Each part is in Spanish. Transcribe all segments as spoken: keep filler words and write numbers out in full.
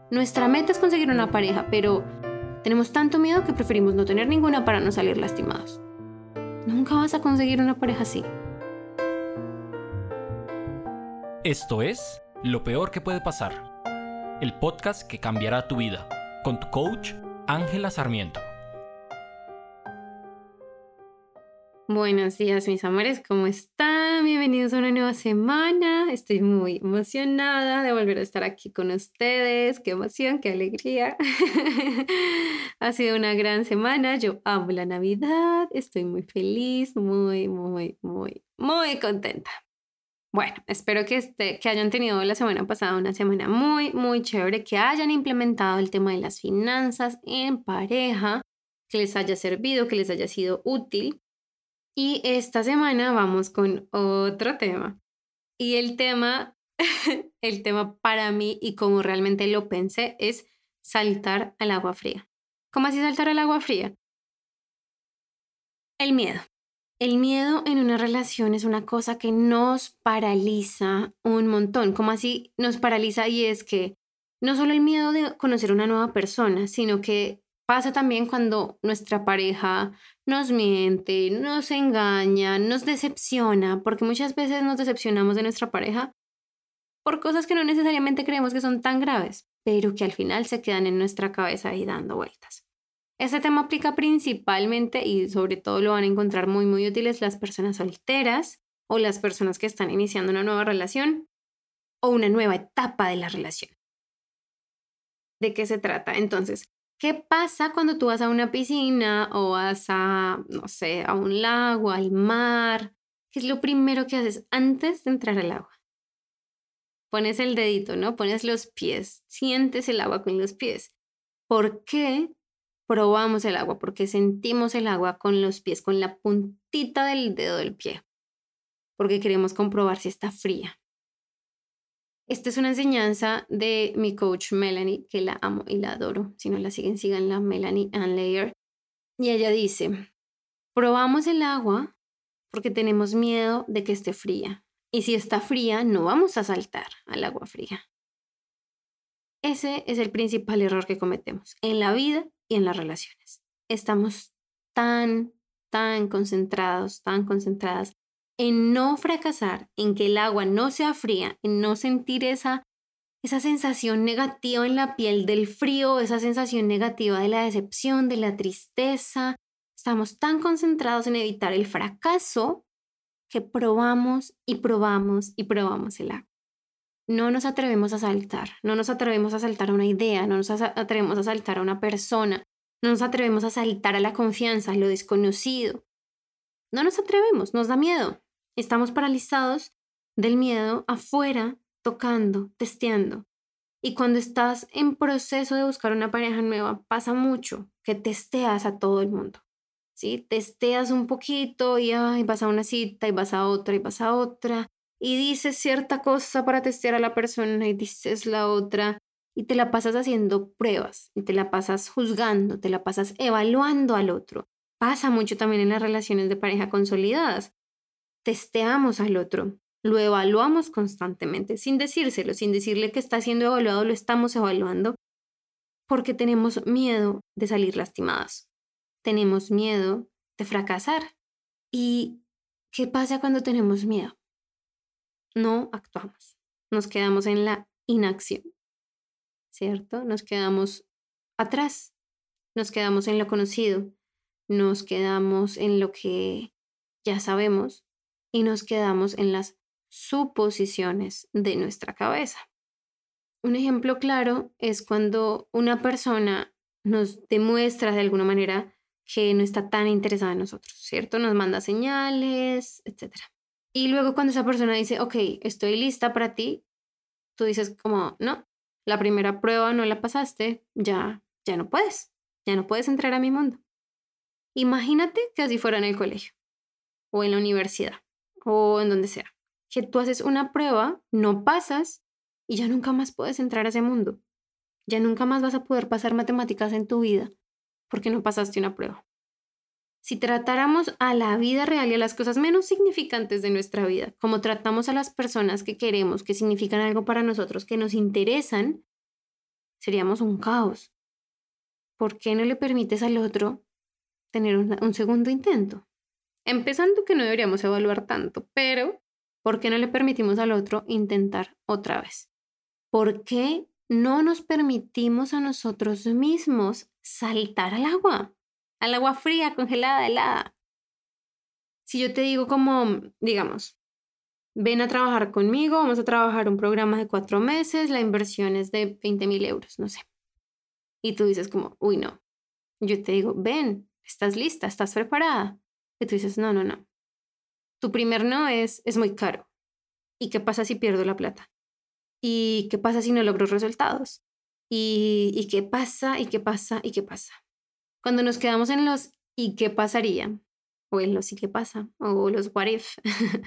Nuestra meta es conseguir una pareja, pero tenemos tanto miedo que preferimos no tener ninguna para no salir lastimados. Nunca vas a conseguir una pareja así. Esto es Lo Peor que Puede Pasar, el podcast que cambiará tu vida, con tu coach, Ángela Sarmiento. Buenos días, mis amores, ¿cómo están? Bienvenidos a una nueva semana. Estoy muy emocionada de volver a estar aquí con ustedes. Qué emoción, qué alegría. Ha sido una gran semana. Yo amo la Navidad. Estoy muy feliz, muy, muy, muy, muy contenta. Bueno, espero que, este, que hayan tenido la semana pasada una semana muy, muy chévere, que hayan implementado el tema de las finanzas en pareja, que les haya servido, que les haya sido útil. Y esta semana vamos con otro tema. Y el tema, el tema para mí y como realmente lo pensé es saltar al agua fría. ¿Cómo así saltar al agua fría? El miedo. El miedo en una relación es una cosa que nos paraliza un montón. ¿Cómo así nos paraliza? Y es que no solo el miedo de conocer una nueva persona, sino que pasa también cuando nuestra pareja nos miente, nos engaña, nos decepciona, porque muchas veces nos decepcionamos de nuestra pareja por cosas que no necesariamente creemos que son tan graves, pero que al final se quedan en nuestra cabeza ahí dando vueltas. Este tema aplica principalmente y sobre todo lo van a encontrar muy muy útiles las personas solteras o las personas que están iniciando una nueva relación o una nueva etapa de la relación. ¿De qué se trata? Entonces, ¿qué pasa cuando tú vas a una piscina o vas a, no sé, a un lago, al mar? ¿Qué es lo primero que haces antes de entrar al agua? Pones el dedito, ¿no? Pones los pies, sientes el agua con los pies. ¿Por qué probamos el agua? Porque sentimos el agua con los pies, con la puntita del dedo del pie. Porque queremos comprobar si está fría. Esta es una enseñanza de mi coach Melanie, que la amo y la adoro. Si no la siguen, síganla, Melanie Ann Layer. Y ella dice, probamos el agua porque tenemos miedo de que esté fría. Y si está fría, no vamos a saltar al agua fría. Ese es el principal error que cometemos en la vida y en las relaciones. Estamos tan, tan concentrados, tan concentradas en no fracasar, en que el agua no sea fría, en no sentir esa, esa sensación negativa en la piel del frío, esa sensación negativa de la decepción, de la tristeza. Estamos tan concentrados en evitar el fracaso que probamos y probamos y probamos el agua. No nos atrevemos a saltar, no nos atrevemos a saltar a una idea, no nos atrevemos a saltar a una persona, no nos atrevemos a saltar a la confianza, a lo desconocido. No nos atrevemos, nos da miedo. Estamos paralizados del miedo afuera, tocando, testeando. Y cuando estás en proceso de buscar una pareja nueva, pasa mucho que testeas a todo el mundo. ¿Sí? Testeas un poquito y ay, vas a una cita y vas a otra y vas a otra. Y dices cierta cosa para testear a la persona y dices la otra. Y te la pasas haciendo pruebas y te la pasas juzgando, te la pasas evaluando al otro. Pasa mucho también en las relaciones de pareja consolidadas. Testeamos al otro, lo evaluamos constantemente, sin decírselo, sin decirle que está siendo evaluado, lo estamos evaluando porque tenemos miedo de salir lastimadas. Tenemos miedo de fracasar. ¿Y qué pasa cuando tenemos miedo? No actuamos, nos quedamos en la inacción, ¿cierto? Nos quedamos atrás, nos quedamos en lo conocido, nos quedamos en lo que ya sabemos y nos quedamos en las suposiciones de nuestra cabeza. Un ejemplo claro es cuando una persona nos demuestra de alguna manera que no está tan interesada en nosotros, ¿cierto? Nos manda señales, etcétera. Y luego cuando esa persona dice, ok, estoy lista para ti, tú dices como, no, la primera prueba no la pasaste, ya, ya no puedes, ya no puedes entrar a mi mundo. Imagínate que así fuera en el colegio, o en la universidad, o en donde sea, que tú haces una prueba, no pasas y ya nunca más puedes entrar a ese mundo. Ya nunca más vas a poder pasar matemáticas en tu vida porque no pasaste una prueba. Si tratáramos a la vida real y a las cosas menos significantes de nuestra vida, como tratamos a las personas que queremos, que significan algo para nosotros, que nos interesan, Seríamos un caos. ¿Por qué no le permites al otro tener una- un segundo intento? Empezando que no deberíamos evaluar tanto, pero ¿por qué no le permitimos al otro intentar otra vez? ¿Por qué no nos permitimos a nosotros mismos saltar al agua? Al agua fría, congelada, helada. Si yo te digo como, digamos, ven a trabajar conmigo, vamos a trabajar un programa de cuatro meses, la inversión es de veinte mil euros, no sé. Y tú dices como, uy, no. Yo te digo, ven, estás lista, estás preparada. Y tú dices, no, no, no. Tu primer no es, es muy caro. ¿Y qué pasa si pierdo la plata? ¿Y qué pasa si no logro resultados? ¿Y, y qué pasa? ¿Y qué pasa? ¿Y qué pasa? Cuando nos quedamos en los ¿y qué pasaría? O en los ¿y qué pasa? O los what if.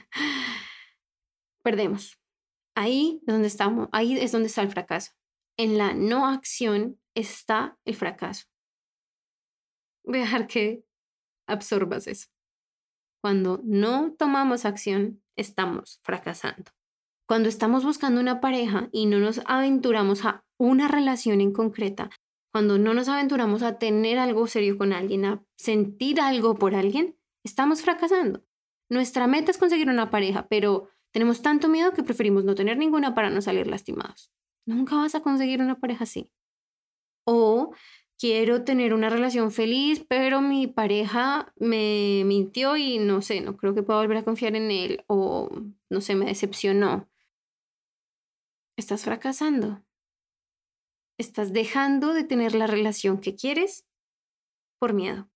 Perdemos. Ahí es donde estamos, ahí es donde está el fracaso. En la no acción está el fracaso. Voy a dejar que absorbas eso. Cuando no tomamos acción, estamos fracasando. Cuando estamos buscando una pareja y no nos aventuramos a una relación en concreta, cuando no nos aventuramos a tener algo serio con alguien, a sentir algo por alguien, estamos fracasando. Nuestra meta es conseguir una pareja, pero tenemos tanto miedo que preferimos no tener ninguna para no salir lastimados. Nunca vas a conseguir una pareja así. O quiero tener una relación feliz, pero mi pareja me mintió y no sé, no creo que pueda volver a confiar en él o no sé, me decepcionó. Estás fracasando. Estás dejando de tener la relación que quieres por miedo.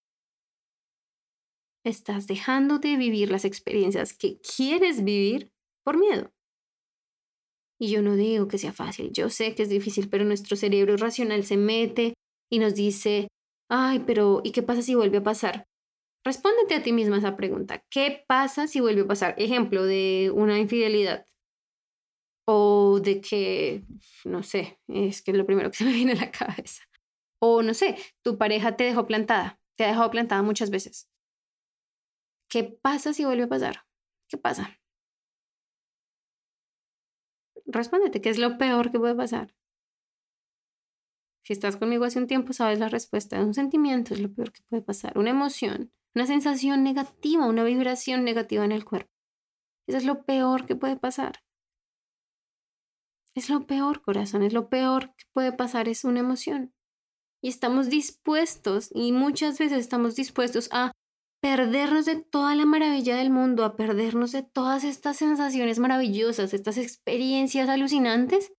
Estás dejando de vivir las experiencias que quieres vivir por miedo. Y yo no digo que sea fácil, yo sé que es difícil, pero nuestro cerebro racional se mete y nos dice, ay, pero ¿y qué pasa si vuelve a pasar? Respóndete a ti misma esa pregunta. ¿Qué pasa si vuelve a pasar? Ejemplo de una infidelidad. O de que, no sé, es que es lo primero que se me viene a la cabeza. O no sé, tu pareja te dejó plantada, te ha dejado plantada muchas veces. ¿Qué pasa si vuelve a pasar? ¿Qué pasa? Respóndete, ¿qué es lo peor que puede pasar? Si estás conmigo hace un tiempo, sabes la respuesta. Un sentimiento es lo peor que puede pasar. Una emoción, una sensación negativa, una vibración negativa en el cuerpo. Eso es lo peor que puede pasar. Es lo peor, corazón, es lo peor que puede pasar, es una emoción. Y estamos dispuestos, y muchas veces estamos dispuestos a perdernos de toda la maravilla del mundo, a perdernos de todas estas sensaciones maravillosas, estas experiencias alucinantes,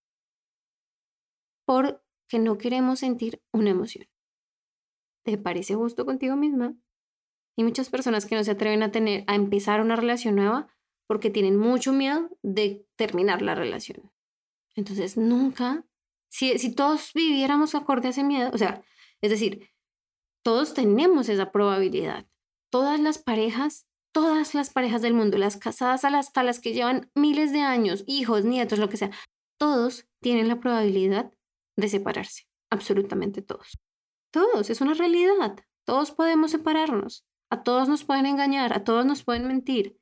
porque no queremos sentir una emoción. ¿Te parece justo contigo misma? Hay muchas personas que no se atreven a tener, a empezar una relación nueva porque tienen mucho miedo de terminar la relación. Entonces, nunca, si, si todos viviéramos acorde a ese miedo, o sea, es decir, todos tenemos esa probabilidad. Todas las parejas, todas las parejas del mundo, las casadas hasta las que llevan miles de años, hijos, nietos, lo que sea, todos tienen la probabilidad de separarse. Absolutamente todos. Todos, es una realidad. Todos podemos separarnos. A todos nos pueden engañar, a todos nos pueden mentir.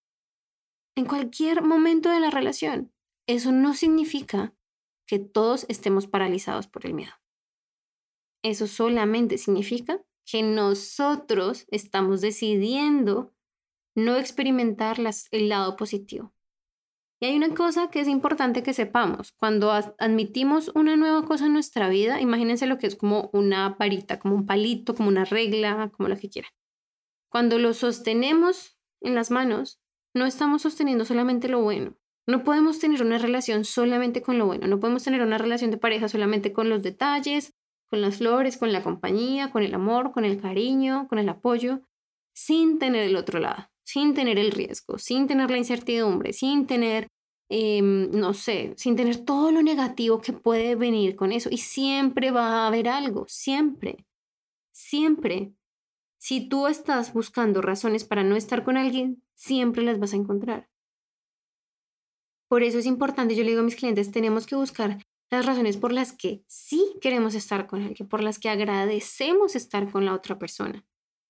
En cualquier momento de la relación. Eso no significa que todos estemos paralizados por el miedo. Eso solamente significa que nosotros estamos decidiendo no experimentar las, el lado positivo. Y hay una cosa que es importante que sepamos. Cuando as- admitimos una nueva cosa en nuestra vida, imagínense lo que es como una varita, como un palito, como una regla, como lo que quieran. Cuando lo sostenemos en las manos, no estamos sosteniendo solamente lo bueno. No podemos tener una relación solamente con lo bueno. No podemos tener una relación de pareja solamente con los detalles, con las flores, con la compañía, con el amor, con el cariño, con el apoyo, sin tener el otro lado, sin tener el riesgo, sin tener la incertidumbre, sin tener, eh, no sé, sin tener todo lo negativo que puede venir con eso. Y siempre va a haber algo, siempre, siempre. Si tú estás buscando razones para no estar con alguien, siempre las vas a encontrar. Por eso es importante, yo le digo a mis clientes, tenemos que buscar las razones por las que sí queremos estar con alguien, por las que agradecemos estar con la otra persona.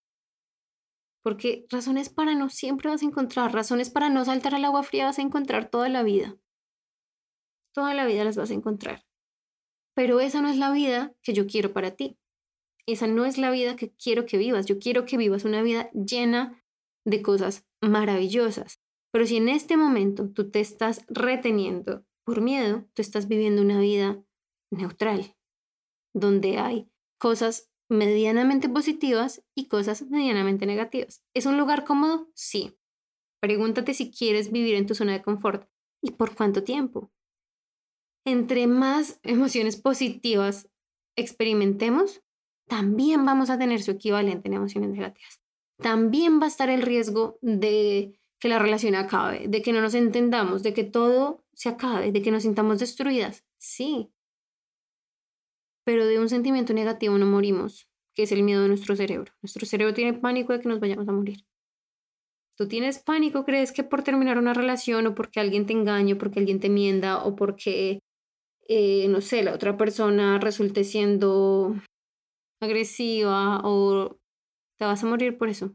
Porque razones para no siempre vas a encontrar, razones para no saltar al agua fría vas a encontrar toda la vida. Toda la vida las vas a encontrar. Pero esa no es la vida que yo quiero para ti. Esa no es la vida que quiero que vivas. Yo quiero que vivas una vida llena de cosas maravillosas. Pero si en este momento tú te estás reteniendo por miedo, tú estás viviendo una vida neutral, donde hay cosas medianamente positivas y cosas medianamente negativas. ¿Es un lugar cómodo? Sí. Pregúntate si quieres vivir en tu zona de confort y por cuánto tiempo. Entre más emociones positivas experimentemos, también vamos a tener su equivalente en emociones negativas. También va a estar el riesgo de que la relación acabe, de que no nos entendamos, de que todo se acabe, de que nos sintamos destruidas. Sí. Pero de un sentimiento negativo no morimos, que es el miedo de nuestro cerebro. Nuestro cerebro tiene pánico de que nos vayamos a morir. ¿Tú tienes pánico? ¿Crees que por terminar una relación o porque alguien te engañe, o porque alguien te mienta o porque, eh, no sé, la otra persona resulte siendo agresiva o te vas a morir por eso?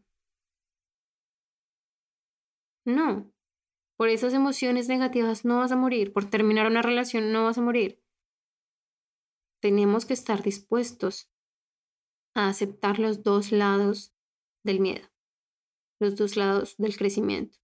No. Por esas emociones negativas no vas a morir. Por terminar una relación no vas a morir. Tenemos que estar dispuestos a aceptar los dos lados del miedo, los dos lados del crecimiento.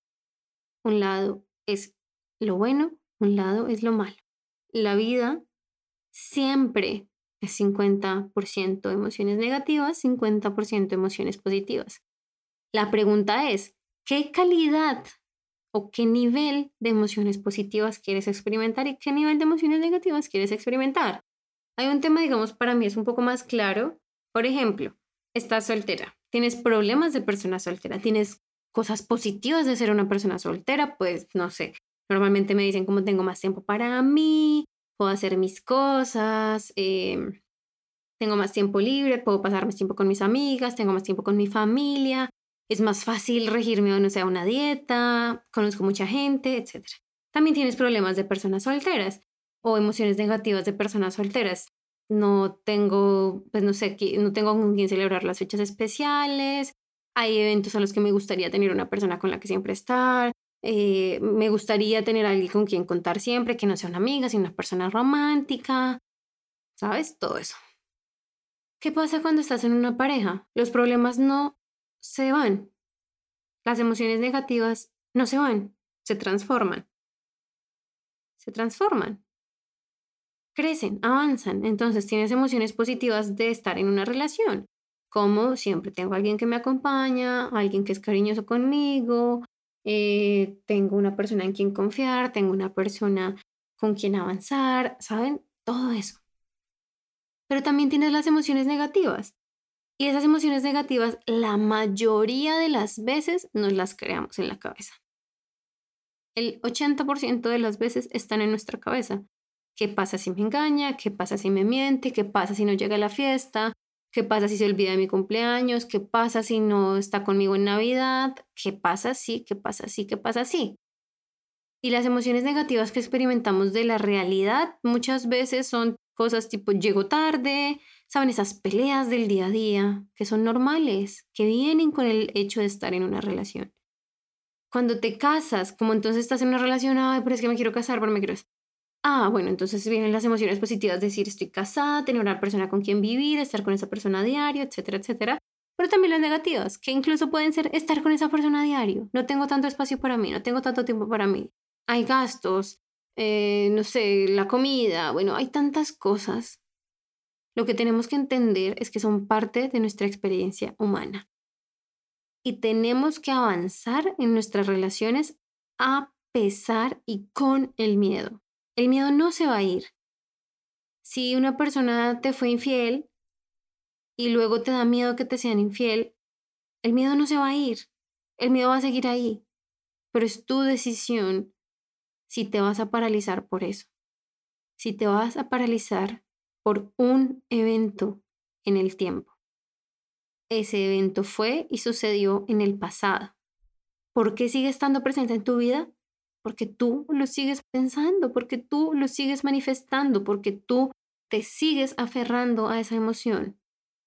Un lado es lo bueno, un lado es lo malo. La vida siempre es cincuenta por ciento emociones negativas, cincuenta por ciento emociones positivas. La pregunta es, ¿qué calidad o qué nivel de emociones positivas quieres experimentar y qué nivel de emociones negativas quieres experimentar? Hay un tema, digamos, para mí es un poco más claro. Por ejemplo, estás soltera, tienes problemas de persona soltera, tienes cosas positivas de ser una persona soltera, pues no sé, normalmente me dicen como tengo más tiempo para mí, puedo hacer mis cosas, eh, tengo más tiempo libre, puedo pasar más tiempo con mis amigas, tengo más tiempo con mi familia, es más fácil regirme o no sé, a una dieta, conozco mucha gente, etcétera. También tienes problemas de personas solteras o emociones negativas de personas solteras. No tengo, pues no sé, no tengo con quién celebrar las fechas especiales, hay eventos a los que me gustaría tener una persona con la que siempre estar, eh, me gustaría tener a alguien con quien contar siempre, que no sea una amiga, sino una persona romántica, ¿sabes? Todo eso. ¿Qué pasa cuando estás en una pareja? Los problemas no se van, las emociones negativas no se van, se transforman, se transforman. Crecen, avanzan, entonces tienes emociones positivas de estar en una relación, como siempre tengo a alguien que me acompaña, alguien que es cariñoso conmigo, eh, tengo una persona en quien confiar, tengo una persona con quien avanzar, ¿saben? Todo eso. Pero también tienes las emociones negativas y esas emociones negativas la mayoría de las veces nos las creamos en la cabeza. El ochenta por ciento de las veces están en nuestra cabeza. ¿Qué pasa si me engaña? ¿Qué pasa si me miente? ¿Qué pasa si no llega a la fiesta? ¿Qué pasa si se olvida de mi cumpleaños? ¿Qué pasa si no está conmigo en Navidad? ¿Qué pasa si? ¿Qué pasa si? ¿Qué pasa si? Y las emociones negativas que experimentamos de la realidad muchas veces son cosas tipo llego tarde, ¿saben? Esas peleas del día a día que son normales, que vienen con el hecho de estar en una relación. Cuando te casas, como entonces estás en una relación, ay, pero es que me quiero casar, pero me quiero... Ah, bueno, entonces vienen las emociones positivas, decir estoy casada, tener una persona con quien vivir, estar con esa persona a diario, etcétera, etcétera. Pero también las negativas, que incluso pueden ser estar con esa persona a diario. No tengo tanto espacio para mí, no tengo tanto tiempo para mí. Hay gastos, eh, no sé, la comida, bueno, hay tantas cosas. Lo que tenemos que entender es que son parte de nuestra experiencia humana. Y tenemos que avanzar en nuestras relaciones a pesar y con el miedo. El miedo no se va a ir. Si una persona te fue infiel y luego te da miedo que te sean infiel, el miedo no se va a ir. El miedo va a seguir ahí. Pero es tu decisión si te vas a paralizar por eso. Si te vas a paralizar por un evento en el tiempo. Ese evento fue y sucedió en el pasado. ¿Por qué sigue estando presente en tu vida? Porque tú lo sigues pensando, porque tú lo sigues manifestando, porque tú te sigues aferrando a esa emoción.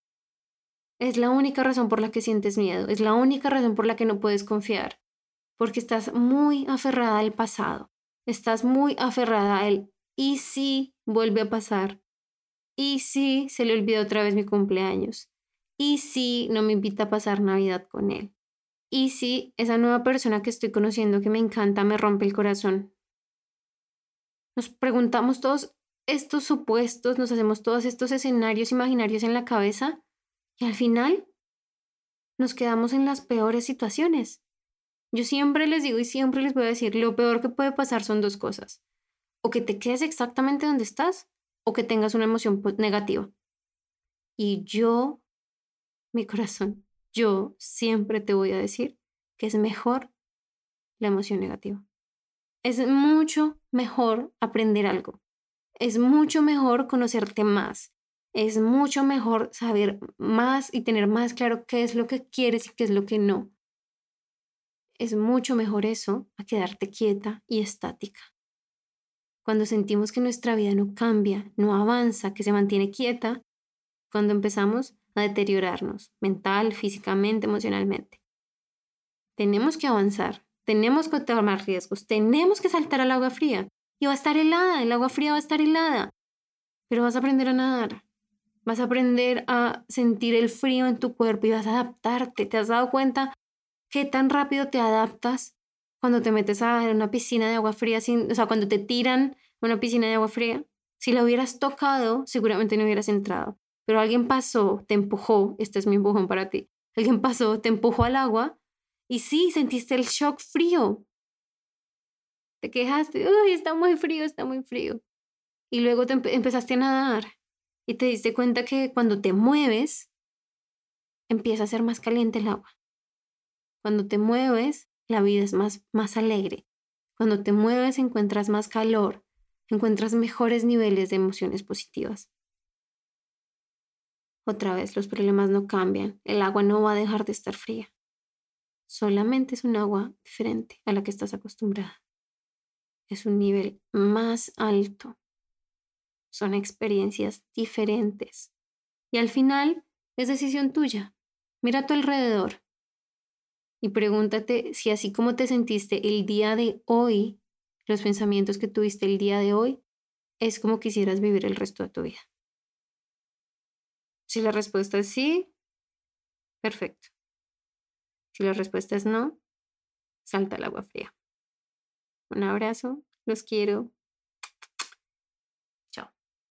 Es la única razón por la que sientes miedo, es la única razón por la que no puedes confiar, porque estás muy aferrada al pasado, estás muy aferrada a él ¿Y si vuelve a pasar? ¿Y si se le olvida otra vez mi cumpleaños? ¿Y si no me invita a pasar Navidad con él? ¿Y si esa nueva persona que estoy conociendo que me encanta me rompe el corazón? Nos preguntamos todos estos supuestos, nos hacemos todos estos escenarios imaginarios en la cabeza y al final nos quedamos en las peores situaciones. Yo siempre les digo y siempre les voy a decir, lo peor que puede pasar son dos cosas. O que te quedes exactamente donde estás o que tengas una emoción po- negativa. Y yo, mi corazón, yo siempre te voy a decir que es mejor la emoción negativa. Es mucho mejor aprender algo. Es mucho mejor conocerte más. Es mucho mejor saber más y tener más claro qué es lo que quieres y qué es lo que no. Es mucho mejor eso a quedarte quieta y estática. Cuando sentimos que nuestra vida no cambia, no avanza, que se mantiene quieta, cuando empezamos a deteriorarnos mental, físicamente, emocionalmente. Tenemos que avanzar, tenemos que tomar riesgos, tenemos que saltar al agua fría. Y va a estar helada, el agua fría va a estar helada, pero vas a aprender a nadar. Vas a aprender a sentir el frío en tu cuerpo y vas a adaptarte. ¿Te has dado cuenta qué tan rápido te adaptas cuando te metes a una piscina de agua fría? Sin, o sea, cuando te tiran a una piscina de agua fría, si la hubieras tocado, seguramente no hubieras entrado. Pero alguien pasó, te empujó, este es mi empujón para ti. Alguien pasó, te empujó al agua y sí, sentiste el shock frío. Te quejaste, uy, está muy frío, está muy frío. Y luego te empe- empezaste a nadar y te diste cuenta que cuando te mueves, empieza a ser más caliente el agua. Cuando te mueves, la vida es más, más alegre. Cuando te mueves, encuentras más calor, encuentras mejores niveles de emociones positivas. Otra vez, los problemas no cambian. El agua no va a dejar de estar fría. Solamente es un agua diferente a la que estás acostumbrada. Es un nivel más alto. Son experiencias diferentes. Y al final, es decisión tuya. Mira a tu alrededor y pregúntate si así como te sentiste el día de hoy, los pensamientos que tuviste el día de hoy, es como quisieras vivir el resto de tu vida. Si la respuesta es sí, perfecto. Si la respuesta es no, salta al agua fría. Un abrazo, los quiero.